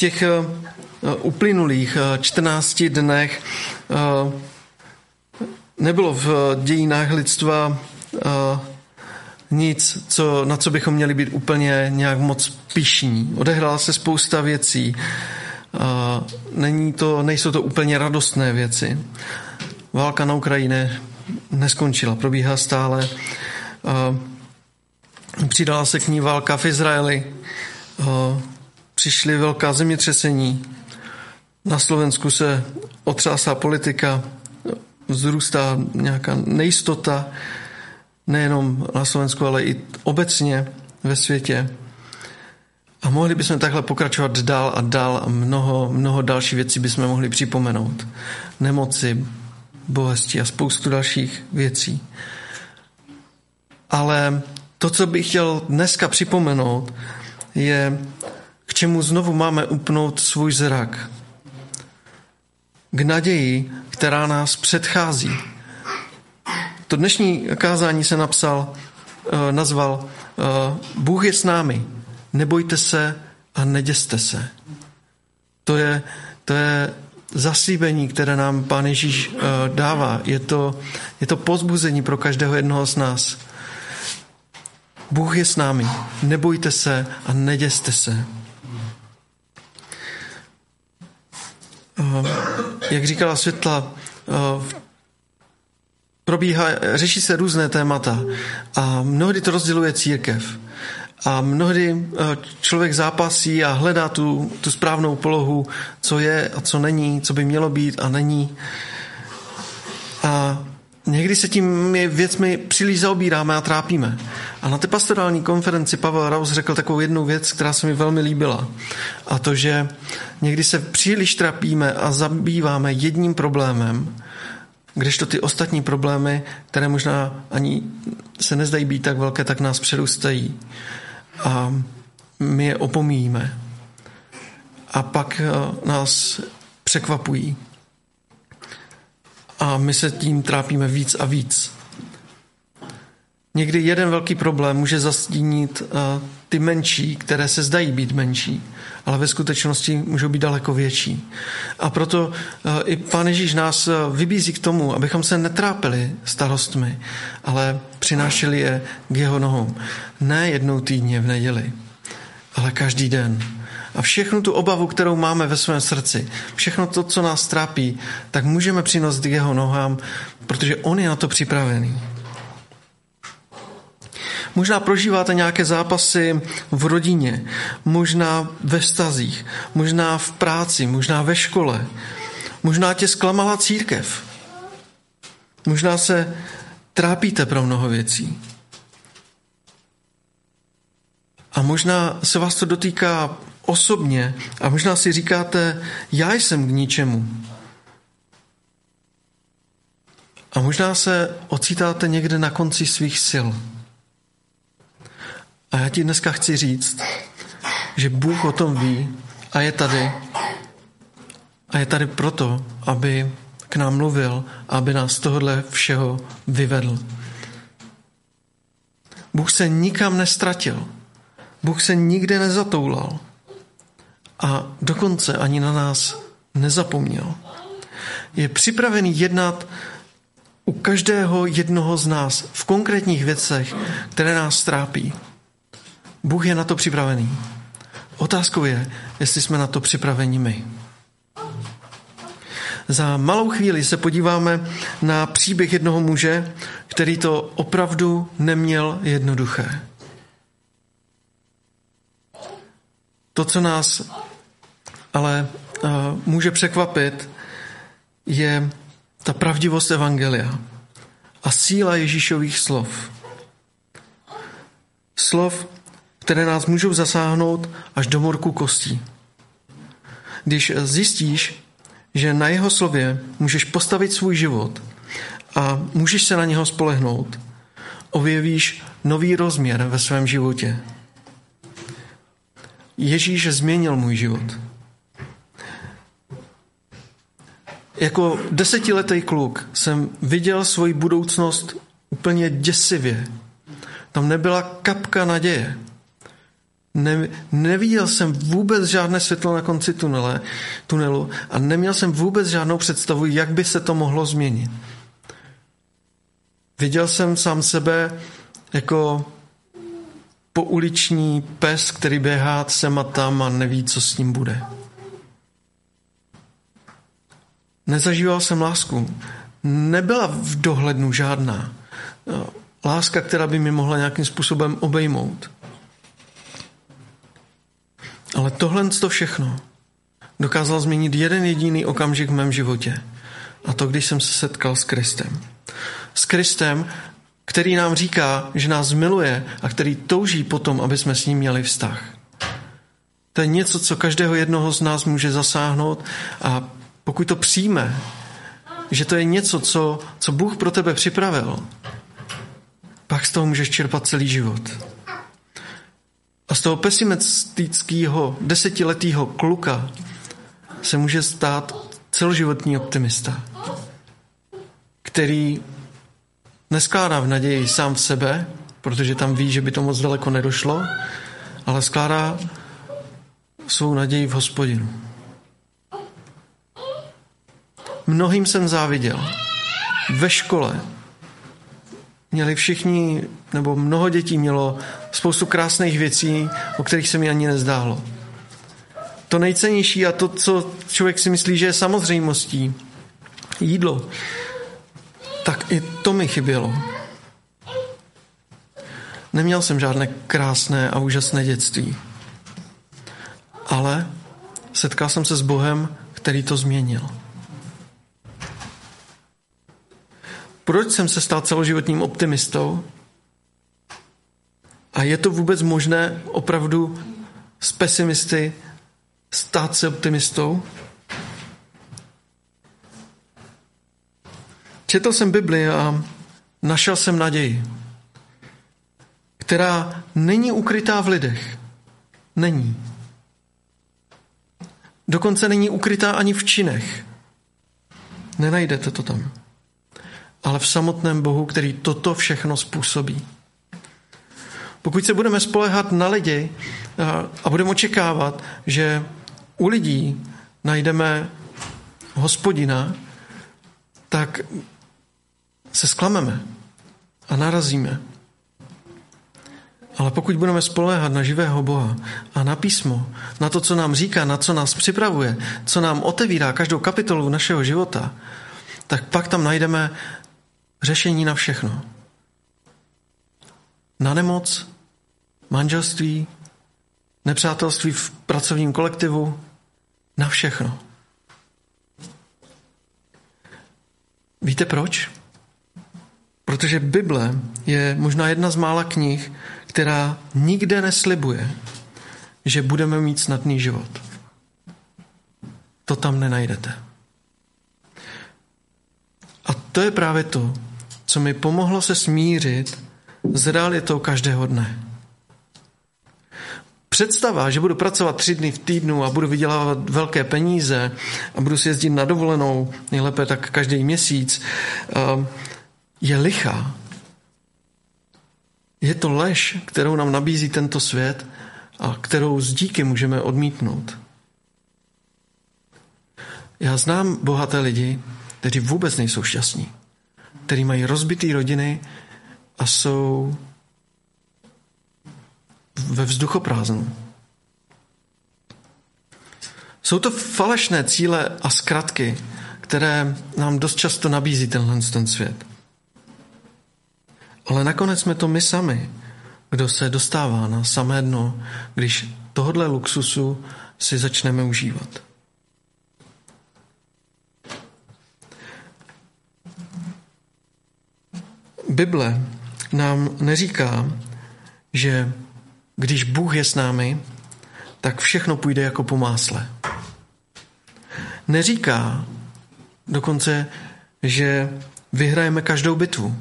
těch uplynulých 14 dnech nebylo v dějinách lidstva nic, na co bychom měli být úplně nějak moc pyšní. Odehrála se spousta věcí. Nejsou to úplně radostné věci. Válka na Ukrajině neskončila, probíhá stále. Přidala se k ní válka v Izraeli. Přišly velká zemětřesení. Na Slovensku se otřásá politika, vzrůstá nějaká nejistota, nejenom na Slovensku, ale i obecně ve světě. A mohli bychom takhle pokračovat dál a dál a mnoho další věcí bychom mohli připomenout. Nemoci, bolesti a spoustu dalších věcí. Ale to, co bych chtěl dneska připomenout, je, k čemu znovu máme upnout svůj zrak. K naději, která nás předchází. To dnešní kázání se nazval Bůh je s námi, nebojte se a neděste se. To je zaslíbení, které nám Pán Ježíš dává. Je to povzbuzení pro každého jednoho z nás. Bůh je s námi, nebojte se a neděste se. Jak říkala Světla, řeší se různé témata a mnohdy to rozděluje církev. A mnohdy člověk zápasí a hledá tu správnou polohu, co je a co není, co by mělo být a není. A někdy se těmi věcmi příliš zaobíráme a trápíme. A na té pastorální konferenci Pavel Raus řekl takovou jednu věc, která se mi velmi líbila. A to, že někdy se příliš trápíme a zabýváme jedním problémem, kdežto ty ostatní problémy, které možná ani se nezdají být tak velké, tak nás přerůstají. A my je opomíjíme. A pak nás překvapují. A my se tím trápíme víc a víc. Někdy jeden velký problém může zastínit ty menší, které se zdají být menší, ale ve skutečnosti můžou být daleko větší. A proto i Pán Ježíš nás vybízí k tomu, abychom se netrápili starostmi, ale přinášeli je k jeho nohou. Ne jednou týdně v neděli, ale každý den. A všechnu tu obavu, kterou máme ve svém srdci, všechno to, co nás trápí, tak můžeme přinosit k jeho nohám, protože on je na to připravený. Možná prožíváte nějaké zápasy v rodině, možná ve vztazích, možná v práci, možná ve škole. Možná tě zklamala církev. Možná se trápíte pro mnoho věcí. A možná se vás to dotýká osobně a možná si říkáte, já jsem k ničemu. A možná se ocitáte někde na konci svých sil. A já ti dneska chci říct, že Bůh o tom ví a je tady. A je tady proto, aby k nám mluvil a aby nás z tohohle všeho vyvedl. Bůh se nikam nestratil. Bůh se nikde nezatoulal. A dokonce ani na nás nezapomněl. Je připravený jednat u každého jednoho z nás v konkrétních věcech, které nás trápí. Bůh je na to připravený. Otázkou je, jestli jsme na to připraveni my. Za malou chvíli se podíváme na příběh jednoho muže, který to opravdu neměl jednoduché. To, co nás ale může překvapit, je ta pravdivost evangelia a síla Ježíšových slov. Slov, které nás můžou zasáhnout až do morku kostí. Když zjistíš, že na jeho slově můžeš postavit svůj život a můžeš se na něho spolehnout, objevíš nový rozměr ve svém životě. Ježíš změnil můj život. Jako 10letý kluk jsem viděl svoji budoucnost úplně děsivě. Tam nebyla kapka naděje. Neviděl jsem vůbec žádné světlo na konci tunelu a neměl jsem vůbec žádnou představu, jak by se to mohlo změnit. Viděl jsem sám sebe jako pouliční pes, který běhá sem a tam a neví, co s ním bude. Nezažíval jsem lásku. Nebyla v dohlednu žádná. Láska, která by mě mohla nějakým způsobem obejmout. Ale tohle to všechno dokázal změnit jeden jediný okamžik v mém životě. A to, když jsem se setkal s Kristem. S Kristem, který nám říká, že nás miluje a který touží potom, aby jsme s ním měli vztah. To je něco, co každého jednoho z nás může zasáhnout a pokud to přijme, že to je něco, co Bůh pro tebe připravil, pak z toho můžeš čerpat celý život. A z toho pesimistického 10letého kluka se může stát celoživotní optimista, který neskládá v naději sám v sebe, protože tam ví, že by to moc daleko nedošlo, ale skládá svou naději v Hospodinu. Mnohým jsem záviděl. Ve škole měli všichni, nebo mnoho dětí mělo spoustu krásných věcí, o kterých se mi ani nezdálo. To nejcennější a to, co člověk si myslí, že je samozřejmostí, jídlo, tak i to mi chybělo. Neměl jsem žádné krásné a úžasné dětství. Ale setkal jsem se s Bohem, který to změnil. Proč jsem se stal celoživotním optimistou? A je to vůbec možné opravdu z pesimisty stát se optimistou? Četl jsem Bibli a našel jsem naději, která není ukrytá v lidech. Není. Dokonce není ukrytá ani v činech. Nenajdete to tam. Ale v samotném Bohu, který toto všechno způsobí. Pokud se budeme spoléhat na lidi a budeme očekávat, že u lidí najdeme Hospodina, tak se zklameme a narazíme. Ale pokud budeme spoléhat na živého Boha a na písmo, na to, co nám říká, na co nás připravuje, co nám otevírá každou kapitolu našeho života, tak pak tam najdeme řešení na všechno. Na nemoc, manželství, nepřátelství v pracovním kolektivu, na všechno. Víte proč? Protože Bible je možná jedna z mála knih, která nikde neslibuje, že budeme mít snadný život. To tam nenajdete. A to je právě to, co mi pomohlo se smířit s realitou každého dne. Představa, že budu pracovat 3 dny v týdnu a budu vydělávat velké peníze a budu si jezdit na dovolenou, nejlépe tak každý měsíc, je lichá. Je to lež, kterou nám nabízí tento svět a kterou z díky můžeme odmítnout. Já znám bohaté lidi, kteří vůbec nejsou šťastní, kteří mají rozbitý rodiny a jsou ve vzduchoprázdnu. Jsou to falešné cíle a zkratky, které nám dost často nabízí ten svět. Ale nakonec jsme to my sami, kdo se dostává na samé dno, když tohodle luxusu si začneme užívat. Bible nám neříká, že když Bůh je s námi, tak všechno půjde jako po másle. Neříká dokonce, že vyhrajeme každou bitvu.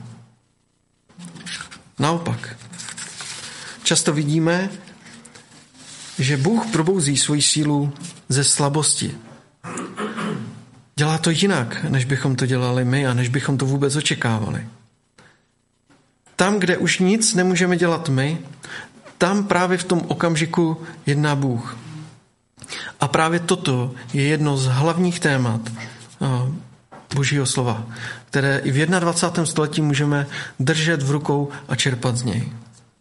Naopak. Často vidíme, že Bůh probouzí svoji sílu ze slabosti. Dělá to jinak, než bychom to dělali my a než bychom to vůbec očekávali. Tam, kde už nic nemůžeme dělat my, tam právě v tom okamžiku jedná Bůh. A právě toto je jedno z hlavních témat Božího slova, které i v 21. století můžeme držet v rukou a čerpat z něj.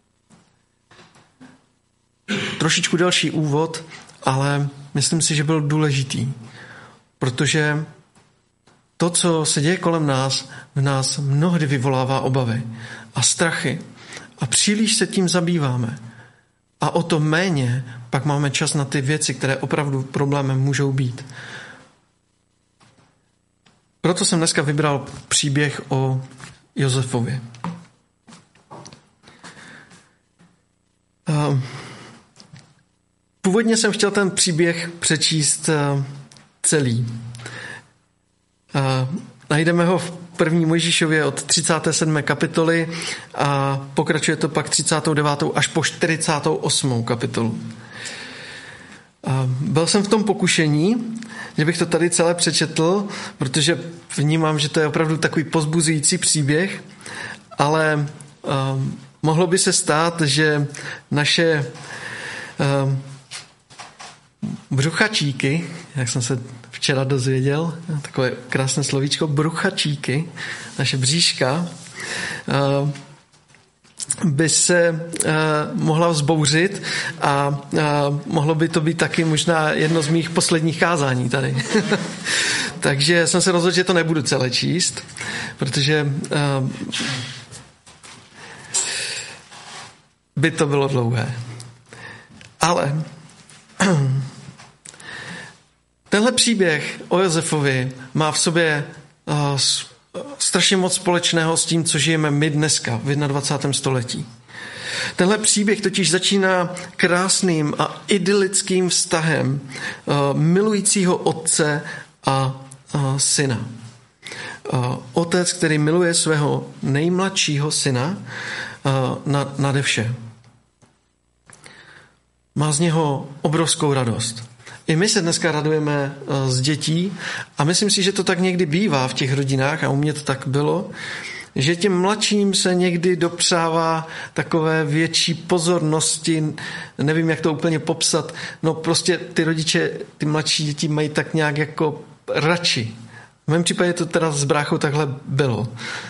Trošičku delší úvod, ale myslím si, že byl důležitý, protože to, co se děje kolem nás, v nás mnohdy vyvolává obavy a strachy a příliš se tím zabýváme. A o to méně pak máme čas na ty věci, které opravdu problémem můžou být. Proto jsem dneska vybral příběh o Josefovi. Původně jsem chtěl ten příběh přečíst celý. Najdeme ho v 1. Mojžíšově od 37. kapitoly a pokračuje to pak 39. až po 48. kapitolu. Byl jsem v tom pokušení, že bych to tady celé přečetl, protože vnímám, že to je opravdu takový povzbuzující příběh, ale mohlo by se stát, že naše bruchačíky, jak jsem se včera dozvěděl, takové krásné slovíčko, bruchačíky, naše bříška, by se mohla vzbouřit a mohlo by to být taky možná jedno z mých posledních kázání tady. Takže jsem se rozhodl, že to nebudu celé číst, protože by to bylo dlouhé. Ale tenhle příběh o Josefovi má v sobě strašně moc společného s tím, co žijeme my dneska v 21. století. Tenhle příběh totiž začíná krásným a idylickým vztahem milujícího otce a syna. Otec, který miluje svého nejmladšího syna nade vše. Má z něho obrovskou radost. I my se dneska radujeme z dětí a myslím si, že to tak někdy bývá v těch rodinách a u mě to tak bylo, že těm mladším se někdy dopřává takové větší pozornosti, nevím, jak to úplně popsat, no prostě ty rodiče, ty mladší děti mají tak nějak jako radši. V mém případě to teda s bráchou takhle bylo.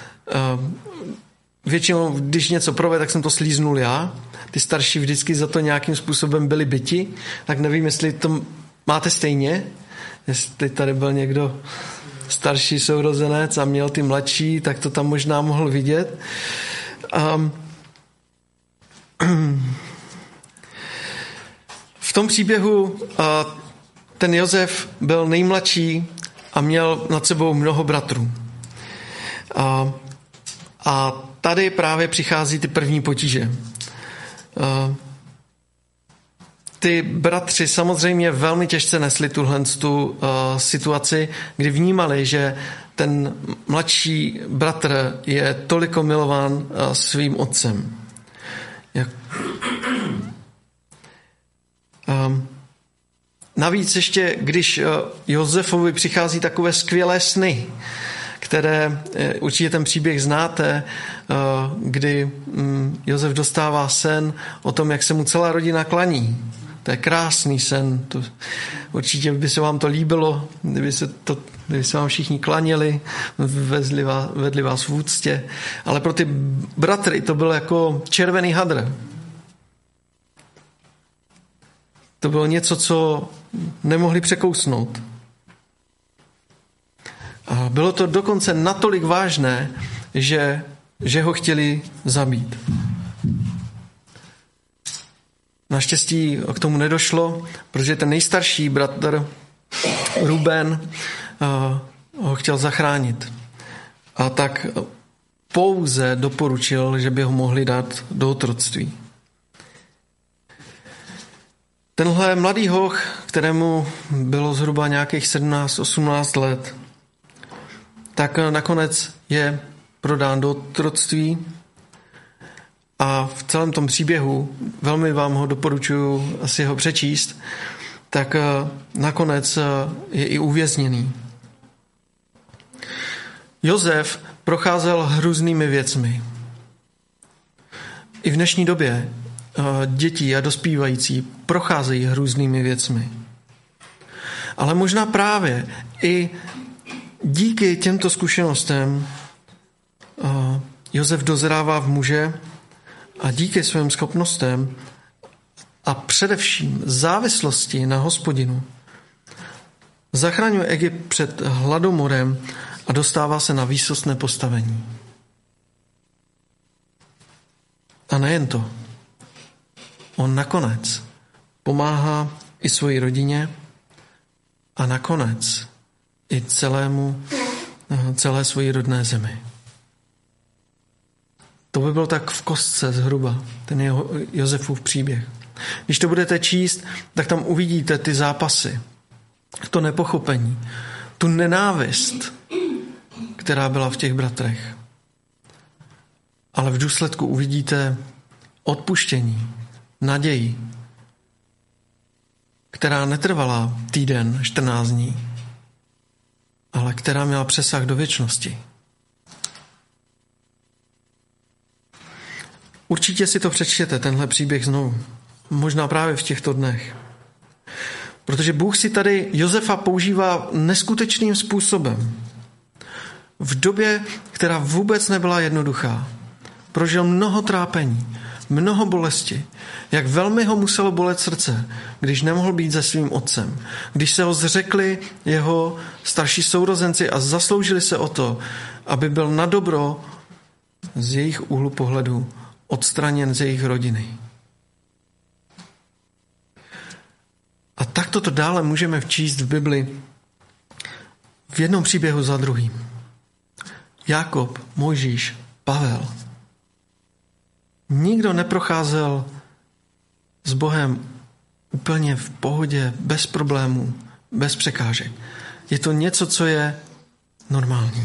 Většinou, když něco provede, tak jsem to slíznul já. Ty starší vždycky za to nějakým způsobem byli byti, tak nevím, jestli to máte stejně, jestli tady byl někdo starší sourozenec a měl ty mladší, tak to tam možná mohl vidět. V tom příběhu ten Josef byl nejmladší a měl nad sebou mnoho bratrů. A tady právě přichází ty první potíže. Ty bratři samozřejmě velmi těžce nesli tuhle situaci, kdy vnímali, že ten mladší bratr je toliko milován svým otcem. Navíc ještě, když Josefovi přichází takové skvělé sny, které určitě ten příběh znáte, kdy Josef dostává sen o tom, jak se mu celá rodina klaní. To je krásný sen. Určitě by se vám to líbilo, kdyby se vám všichni klaněli, vedli vás v úctě. Ale pro ty bratry to bylo jako červený hadr. To bylo něco, co nemohli překousnout. A bylo to dokonce natolik vážné, že ho chtěli zabít. Naštěstí k tomu nedošlo, protože ten nejstarší bratr Ruben ho chtěl zachránit. A tak pouze doporučil, že by ho mohli dát do otroctví. Tenhle mladý hoch, kterému bylo zhruba nějakých 17-18 let, tak nakonec je prodán do otroctví a v celém tom příběhu, velmi vám ho doporučuji asi ho přečíst, tak nakonec je i uvězněný. Josef procházel hrůznými věcmi. I v dnešní době dětí a dospívající procházejí různými věcmi. Ale možná právě i díky těmto zkušenostem Josef dozrává v muže a díky svým schopnostem a především závislosti na Hospodinu zachraňuje Egypt před hladomorem a dostává se na výsostné postavení. A nejen to. On nakonec pomáhá i své rodině a nakonec i celé své rodné zemi. To by bylo tak v kostce zhruba, ten jeho Josefův příběh. Když to budete číst, tak tam uvidíte ty zápasy, to nepochopení, tu nenávist, která byla v těch bratrech. Ale v důsledku uvidíte odpuštění, naději, která netrvala týden, 14 dní, ale která měla přesah do věčnosti. Určitě si to přečtěte, tenhle příběh znovu. Možná právě v těchto dnech. Protože Bůh si tady Josefa používá neskutečným způsobem. V době, která vůbec nebyla jednoduchá. Prožil mnoho trápení, mnoho bolesti. Jak velmi ho muselo bolet srdce, když nemohl být se svým otcem. Když se ho zřekli jeho starší sourozenci a zasloužili se o to, aby byl na dobro z jejich úhlu pohledu odstraněn z jejich rodiny. A takto to dále můžeme včíst v Bibli v jednom příběhu za druhým. Jákob, Mojžíš, Pavel. Nikdo neprocházel s Bohem úplně v pohodě, bez problémů, bez překážek. Je to něco, co je normální.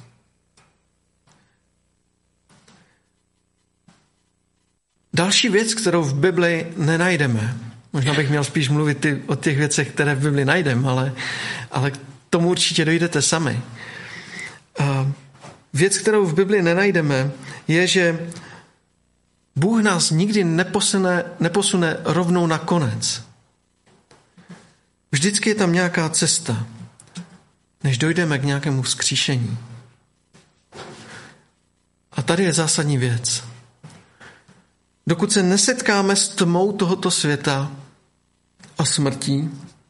Další věc, kterou v Bibli nenajdeme, možná bych měl spíš mluvit o těch věcech, které v Bibli najdeme, ale k tomu určitě dojdete sami. Věc, kterou v Bibli nenajdeme, je, že Bůh nás nikdy neposune rovnou na konec. Vždycky je tam nějaká cesta, než dojdeme k nějakému vzkříšení. A tady je zásadní věc. Dokud se nesetkáme s tmou tohoto světa a smrtí,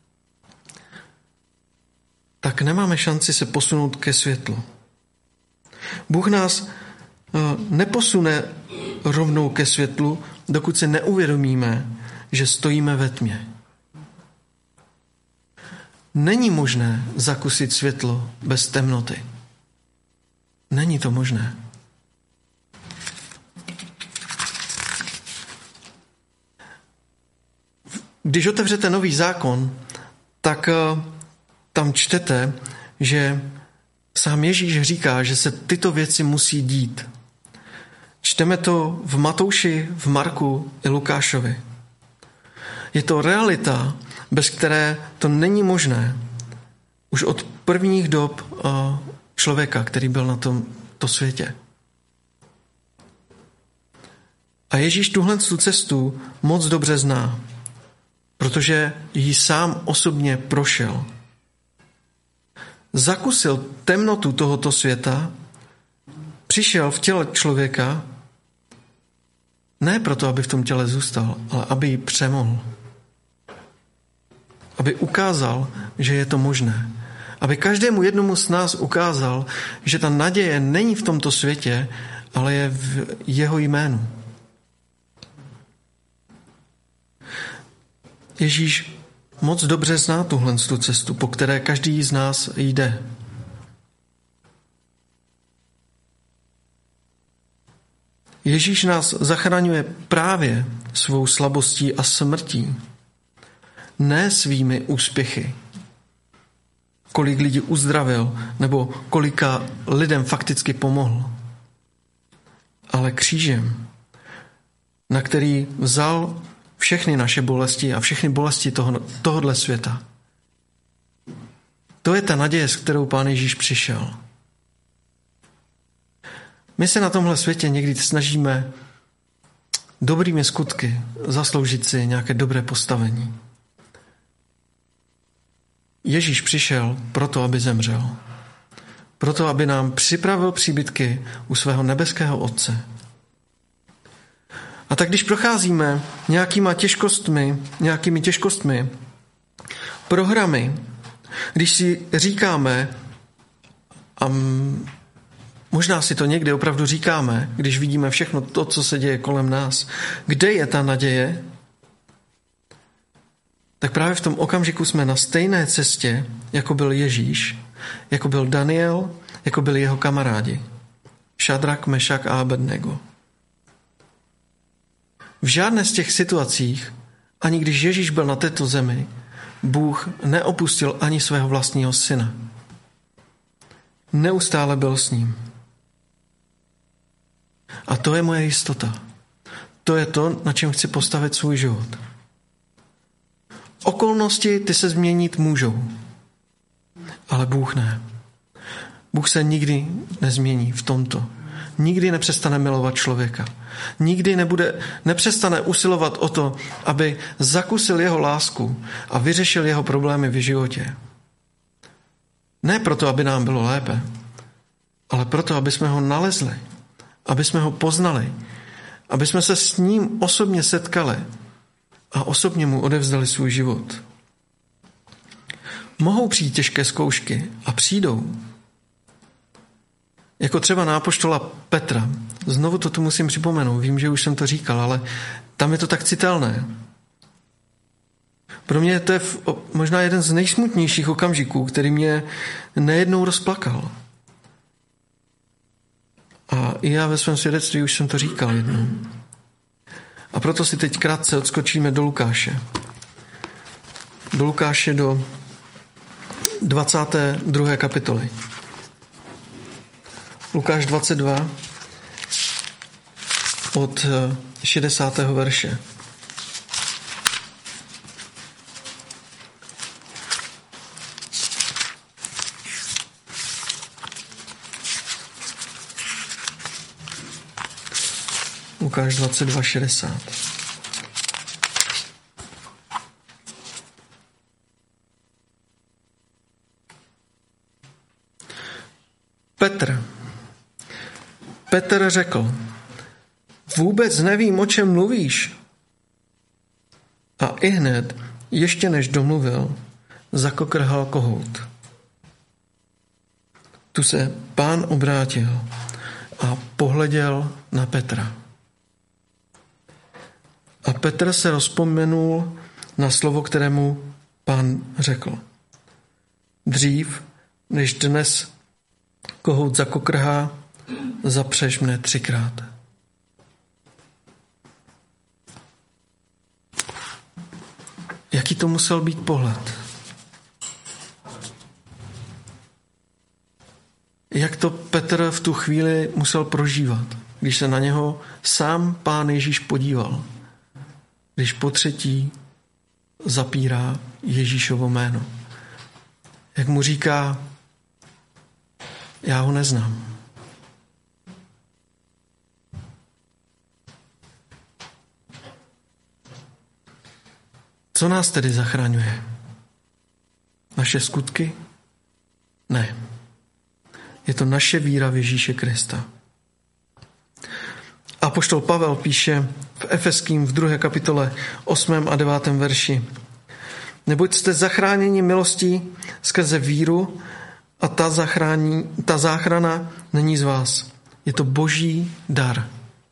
tak nemáme šanci se posunout ke světlu. Bůh nás neposune rovnou ke světlu, dokud si neuvědomíme, že stojíme ve tmě. Není možné zakusit světlo bez temnoty. Není to možné. Když otevřete Nový zákon, tak tam čtete, že sám Ježíš říká, že se tyto věci musí dít. Čteme to v Matouši, v Marku i Lukášovi. Je to realita, bez které to není možné. Už od prvních dob člověka, který byl na tomto světě. A Ježíš tuhle cestu moc dobře zná, protože ji sám osobně prošel. Zakusil temnotu tohoto světa, přišel v těle člověka, ne proto, aby v tom těle zůstal, ale aby ji přemohl. Aby ukázal, že je to možné. Aby každému jednomu z nás ukázal, že ta naděje není v tomto světě, ale je v jeho jménu. Ježíš moc dobře zná tuhle cestu, po které každý z nás jde. Ježíš nás zachraňuje právě svou slabostí a smrtí, ne svými úspěchy. Kolik lidí uzdravil, nebo kolika lidem fakticky pomohl. Ale křížem, na který vzal všechny naše bolesti a všechny bolesti tohohle světa. To je ta naděje, s kterou Pán Ježíš přišel. My se na tomhle světě někdy snažíme dobrými skutky zasloužit si nějaké dobré postavení. Ježíš přišel proto, aby zemřel. Proto, aby nám připravil příbytky u svého nebeského Otce. A tak když procházíme nějakými těžkostmi, programy, když si říkáme, a možná si to někdy opravdu říkáme, když vidíme všechno to, co se děje kolem nás, kde je ta naděje, tak právě v tom okamžiku jsme na stejné cestě, jako byl Ježíš, jako byl Daniel, jako byli jeho kamarádi. Šadrak, Mešak a Abednego. V žádné z těch situacích, ani když Ježíš byl na této zemi, Bůh neopustil ani svého vlastního syna. Neustále byl s ním. A to je moje jistota. To je to, na čem chci postavit svůj život. Okolnosti ty se změnit můžou, ale Bůh ne. Bůh se nikdy nezmění v tomto. Nikdy nepřestane milovat člověka. Nikdy nepřestane usilovat o to, aby zakusil jeho lásku a vyřešil jeho problémy v životě. Ne proto, aby nám bylo lépe, ale proto, aby jsme ho nalezli, aby jsme ho poznali, aby jsme se s ním osobně setkali a osobně mu odevzdali svůj život. Mohou přijít těžké zkoušky a přijdou. Jako třeba na apoštola Petra. Znovu to tu musím připomenout, vím, že už jsem to říkal, ale tam je to tak citelné. Pro mě to je možná jeden z nejsmutnějších okamžiků, který mě nejednou rozplakal. A i já ve svém svědectví už jsem to říkal jednou. A proto si teď krátce odskočíme do Lukáše. Do Lukáše do 22. kapitoly. Lukáš 22 od 60. verše. Lukáš 22, 60. Petr řekl, vůbec nevím, o čem mluvíš. A ihned, ještě než domluvil, zakokrhal kohout. Tu se Pán obrátil a pohleděl na Petra. A Petr se rozpomenul na slovo, kterému Pán řekl. Dřív, než dnes kohout zakokrhá, zapřeš mne 3krát. Jaký to musel být pohled? Jak to Petr v tu chvíli musel prožívat, když se na něho sám Pán Ježíš podíval, když potřetí zapírá Ježíšovo jméno. Jak mu říká, já ho neznám. Co nás tedy zachraňuje? Naše skutky? Ne. Je to naše víra v Ježíše Krista. Apoštol Pavel píše v Efeským v 2. kapitole 8. a 9. verši. Neboť jste zachráněni milostí skrze víru a ta záchrana není z vás. Je to boží dar.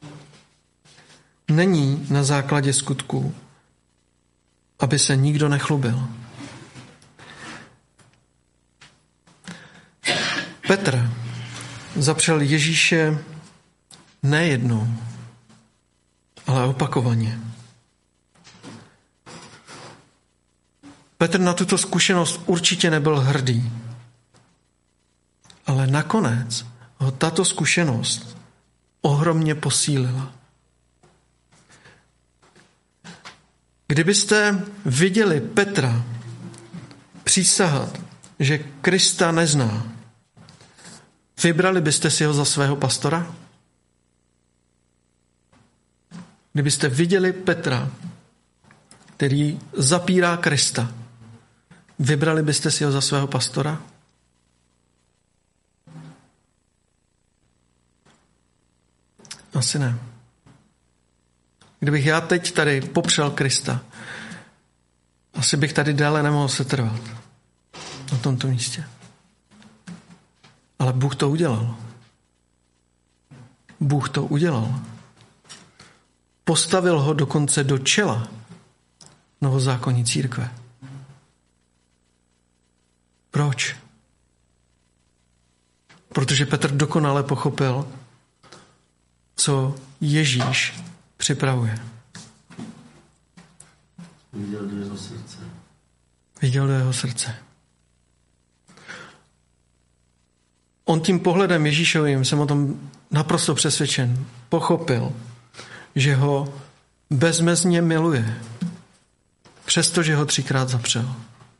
Není na základě skutků, aby se nikdo nechlubil. Petr zapřel Ježíše ne jednou, ale opakovaně. Petr na tuto zkušenost určitě nebyl hrdý, ale nakonec ho tato zkušenost ohromně posílila. Kdybyste viděli Petra přísahat, že Krista nezná, vybrali byste si ho za svého pastora? kdybyste viděli Petra, který zapírá Krista, vybrali byste si ho za svého pastora? Asi ne. Kdybych já teď tady popřel Krista, asi bych tady déle nemohl setrvat na tomto místě. Ale Bůh to udělal. Bůh to udělal. Postavil ho dokonce do čela novozákonní církve. Proč? Protože Petr dokonale pochopil, co Ježíš připravuje. Viděl do jeho srdce. Viděl do jeho srdce. On tím pohledem Ježíšovým, jsem o tom naprosto přesvědčen, pochopil, že ho bezmezně miluje, přestože ho 3krát zapřel.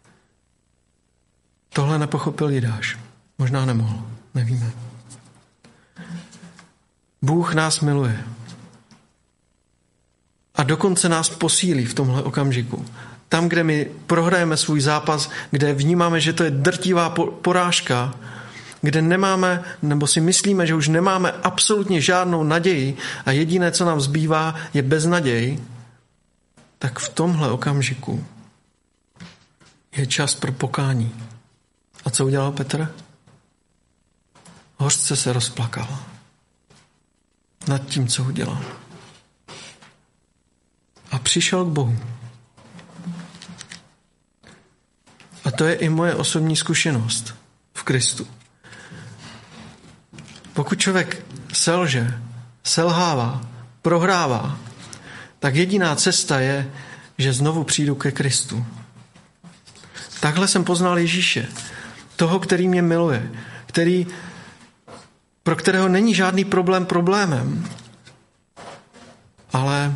Tohle nepochopil Jidáš. Možná nemohl, nevíme. Bůh nás miluje. A dokonce nás posílí v tomhle okamžiku. Tam, kde my prohrajeme svůj zápas, kde vnímáme, že to je drtivá porážka, kde nemáme, nebo si myslíme, že už nemáme absolutně žádnou naději a jediné, co nám zbývá, je beznaděj, tak v tomhle okamžiku je čas pro pokání. A co udělal Petr? Hořce se rozplakal nad tím, co udělal. A přišel k Bohu. A to je i moje osobní zkušenost v Kristu. Pokud člověk selže, selhává, prohrává, tak jediná cesta je, že znovu přijdu ke Kristu. Takhle jsem poznal Ježíše, toho, který mě miluje, pro kterého není žádný problém problémem, ale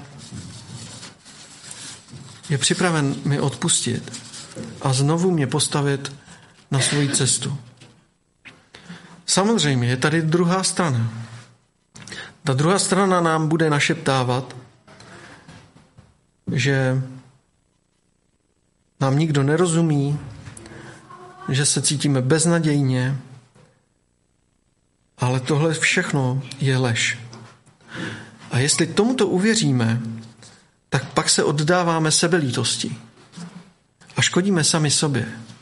je připraven mi odpustit a znovu mě postavit na svoji cestu. Samozřejmě je tady druhá strana. Ta druhá strana nám bude našeptávat, že nám nikdo nerozumí, že se cítíme beznadějně, ale tohle všechno je lež. A jestli tomuto uvěříme, tak pak se oddáváme sebelítosti a škodíme sami sobě.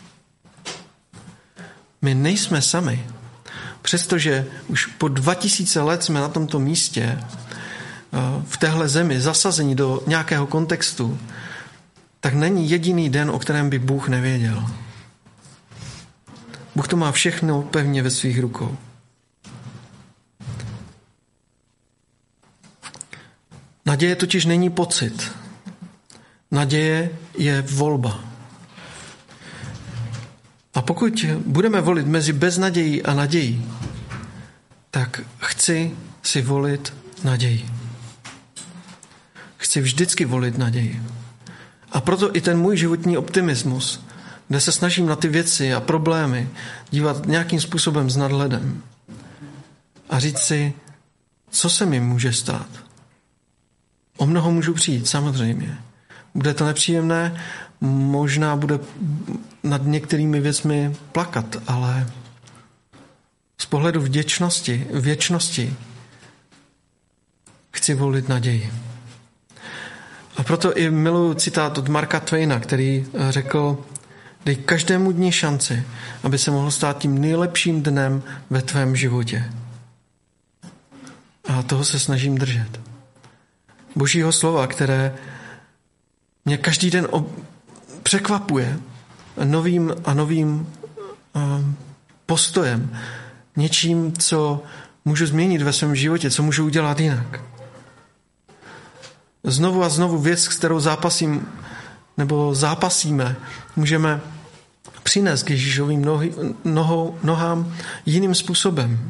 My nejsme sami. Přestože už po 2000 let jsme na tomto místě, v téhle zemi, zasazení do nějakého kontextu, tak není jediný den, o kterém by Bůh nevěděl. Bůh to má všechno pevně ve svých rukou. Naděje totiž není pocit. Naděje je volba. A pokud budeme volit mezi beznadějí a nadějí, tak chci si volit naději. Chci vždycky volit naději. A proto i ten můj životní optimismus, kde se snažím na ty věci a problémy dívat nějakým způsobem s nadhledem a říct si, co se mi může stát. O mnoho můžu přijít, samozřejmě. Bude to nepříjemné, možná bude nad některými věcmi plakat, ale z pohledu věčnosti chci volit naději. A proto i miluji citát od Marka Twaina, který řekl, dej každému dni šanci, aby se mohl stát tím nejlepším dnem ve tvém životě. A toho se snažím držet. Božího slova, které mě každý den překvapuje novým a novým postojem, něčím, co můžu změnit ve svém životě, co můžu udělat jinak. Znovu a znovu věc, s kterou zápasíme, můžeme přinést k Ježíšovým nohám jiným způsobem.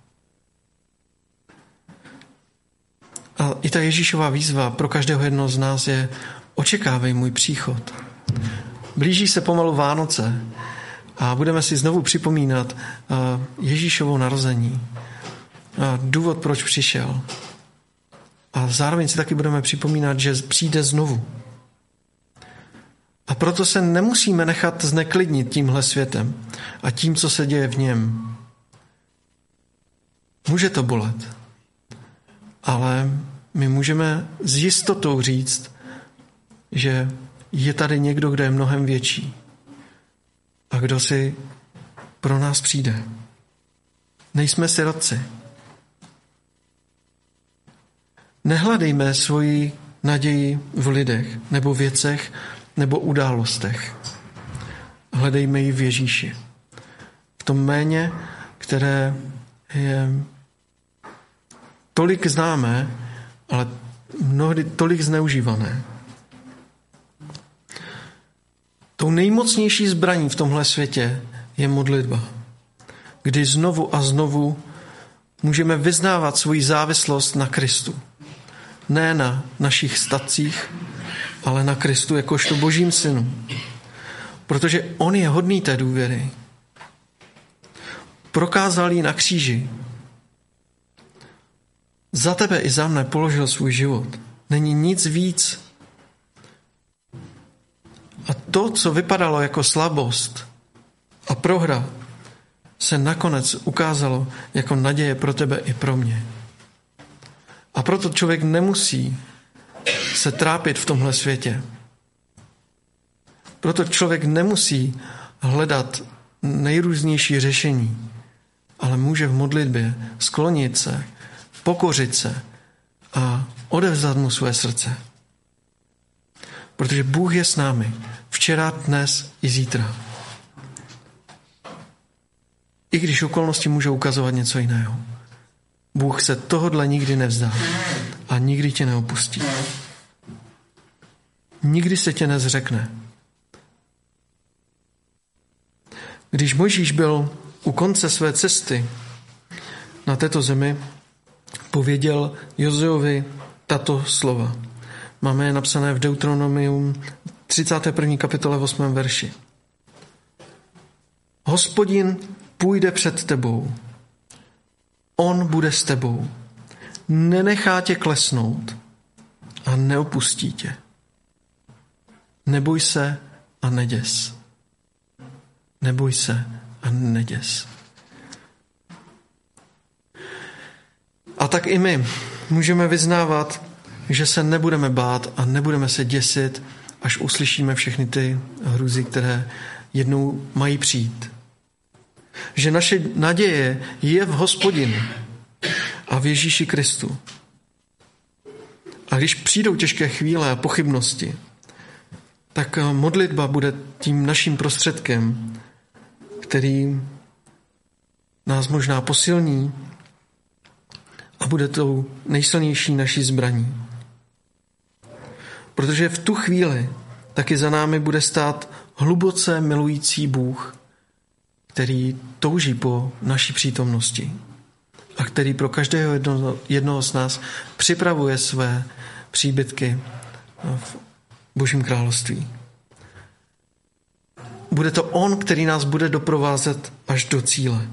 A i ta Ježíšova výzva pro každého jednoho z nás je očekávej můj příchod. Blíží se pomalu Vánoce a budeme si znovu připomínat Ježíšovo narození. A důvod, proč přišel. A zároveň si taky budeme připomínat, že přijde znovu. A proto se nemusíme nechat zneklidnit tímhle světem a tím, co se děje v něm. Může to bolet, ale my můžeme s jistotou říct, že je tady někdo, kdo je mnohem větší a kdo si pro nás přijde. Nejsme sirotci. Nehledejme svoji naději v lidech nebo věcech nebo událostech. Hledejme ji v Ježíši. V tom jméně, které je tolik známé, ale mnohdy tolik zneužívané. Tou nejmocnější zbraní v tomhle světě je modlitba, kdy znovu a znovu můžeme vyznávat svoji závislost na Kristu. Ne na našich statcích, ale na Kristu jakožto Božím synu. Protože on je hodný té důvěry. Prokázal ji na kříži. Za tebe i za mne položil svůj život. Není nic víc. A to, co vypadalo jako slabost a prohra, se nakonec ukázalo jako naděje pro tebe i pro mě. A proto člověk nemusí se trápit v tomhle světě. Proto člověk nemusí hledat nejrůznější řešení, ale může v modlitbě sklonit se, pokořit se a odevzdat mu své srdce. Protože Bůh je s námi včera, dnes i zítra. I když okolnosti můžou ukazovat něco jiného. Bůh se tohodle nikdy nevzdá a nikdy tě neopustí. Nikdy se tě nezřekne. Když Mojžíš byl u konce své cesty na této zemi, pověděl Jozuovi tato slova. Máme je napsané v Deuteronomium 31. kapitole 8. verši. Hospodin půjde před tebou. On bude s tebou. Nenechá tě klesnout a neopustí tě. Neboj se a neděs. Neboj se a neděs. A tak i my můžeme vyznávat, že se nebudeme bát a nebudeme se děsit, až uslyšíme všechny ty hrůzy, které jednou mají přijít. Že naše naděje je v Hospodinu a v Ježíši Kristu. A když přijdou těžké chvíle a pochybnosti, tak modlitba bude tím naším prostředkem, který nás možná posilní a bude tou nejsilnější naší zbraní. Protože v tu chvíli taky za námi bude stát hluboce milující Bůh, který touží po naší přítomnosti a který pro každého jednoho z nás připravuje své příbytky v Božím království. Bude to on, který nás bude doprovázet až do cíle.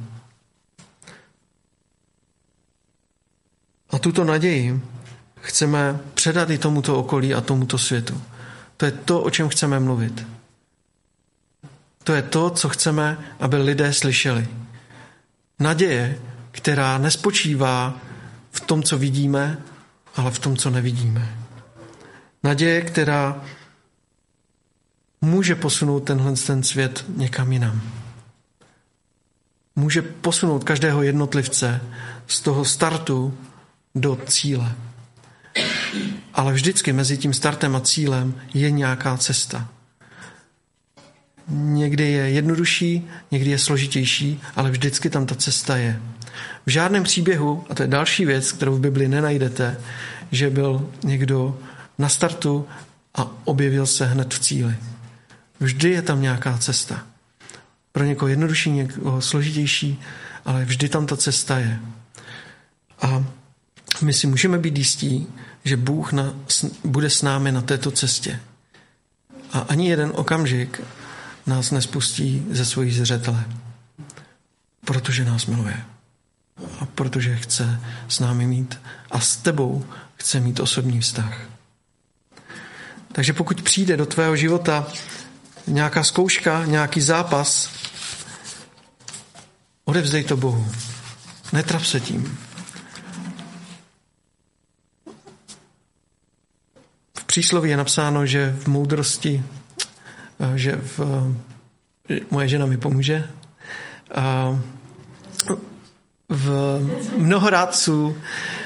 A tuto naději chceme předat i tomuto okolí a tomuto světu. To je to, o čem chceme mluvit. To je to, co chceme, aby lidé slyšeli. Naděje, která nespočívá v tom, co vidíme, ale v tom, co nevidíme. Naděje, která může posunout ten svět někam jinam. Může posunout každého jednotlivce z toho startu do cíle. Ale vždycky mezi tím startem a cílem je nějaká cesta. Někdy je jednodušší, někdy je složitější, ale vždycky tam ta cesta je. V žádném příběhu, a to je další věc, kterou v Bibli nenajdete, že byl někdo na startu a objevil se hned v cíli. Vždy je tam nějaká cesta. Pro někoho jednodušší, někoho složitější, ale vždy tam ta cesta je. A my si můžeme být jistí, že Bůh bude s námi na této cestě. A ani jeden okamžik nás nespustí ze svojí zřetele, protože nás miluje. A protože chce s námi mít a s tebou chce mít osobní vztah. Takže pokud přijde do tvého života nějaká zkouška, nějaký zápas, odevzdej to Bohu. Netrap se tím. V přísloví je napsáno, že v moudrosti, moje žena mi pomůže, v mnoho rádců,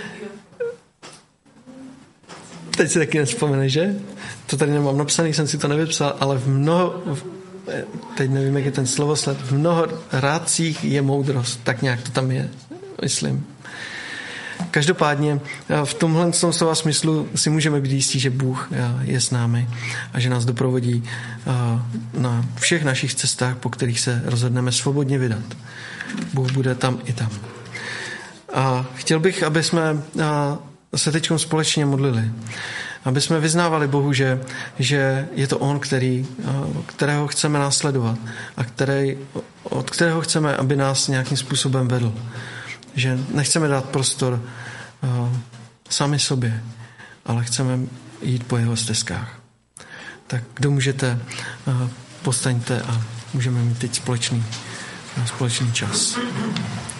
teď si taky nevzpomene, že? To tady nemám napsaný, jsem si to nevypsal, ale teď nevím, jak je ten slovosled, v mnoho rádcích je moudrost, tak nějak to tam je, myslím. Každopádně v tomhle slova smyslu si můžeme být jistí, že Bůh je s námi a že nás doprovodí na všech našich cestách, po kterých se rozhodneme svobodně vydat. Bůh bude tam i tam. A chtěl bych, aby jsme se teď společně modlili. Aby jsme vyznávali Bohu, že je to On, kterého chceme následovat a od kterého chceme, aby nás nějakým způsobem vedl. Že nechceme dát prostor sami sobě, ale chceme jít po jeho stezkách. Tak kdo můžete, povstaňte a můžeme mít teď společný čas.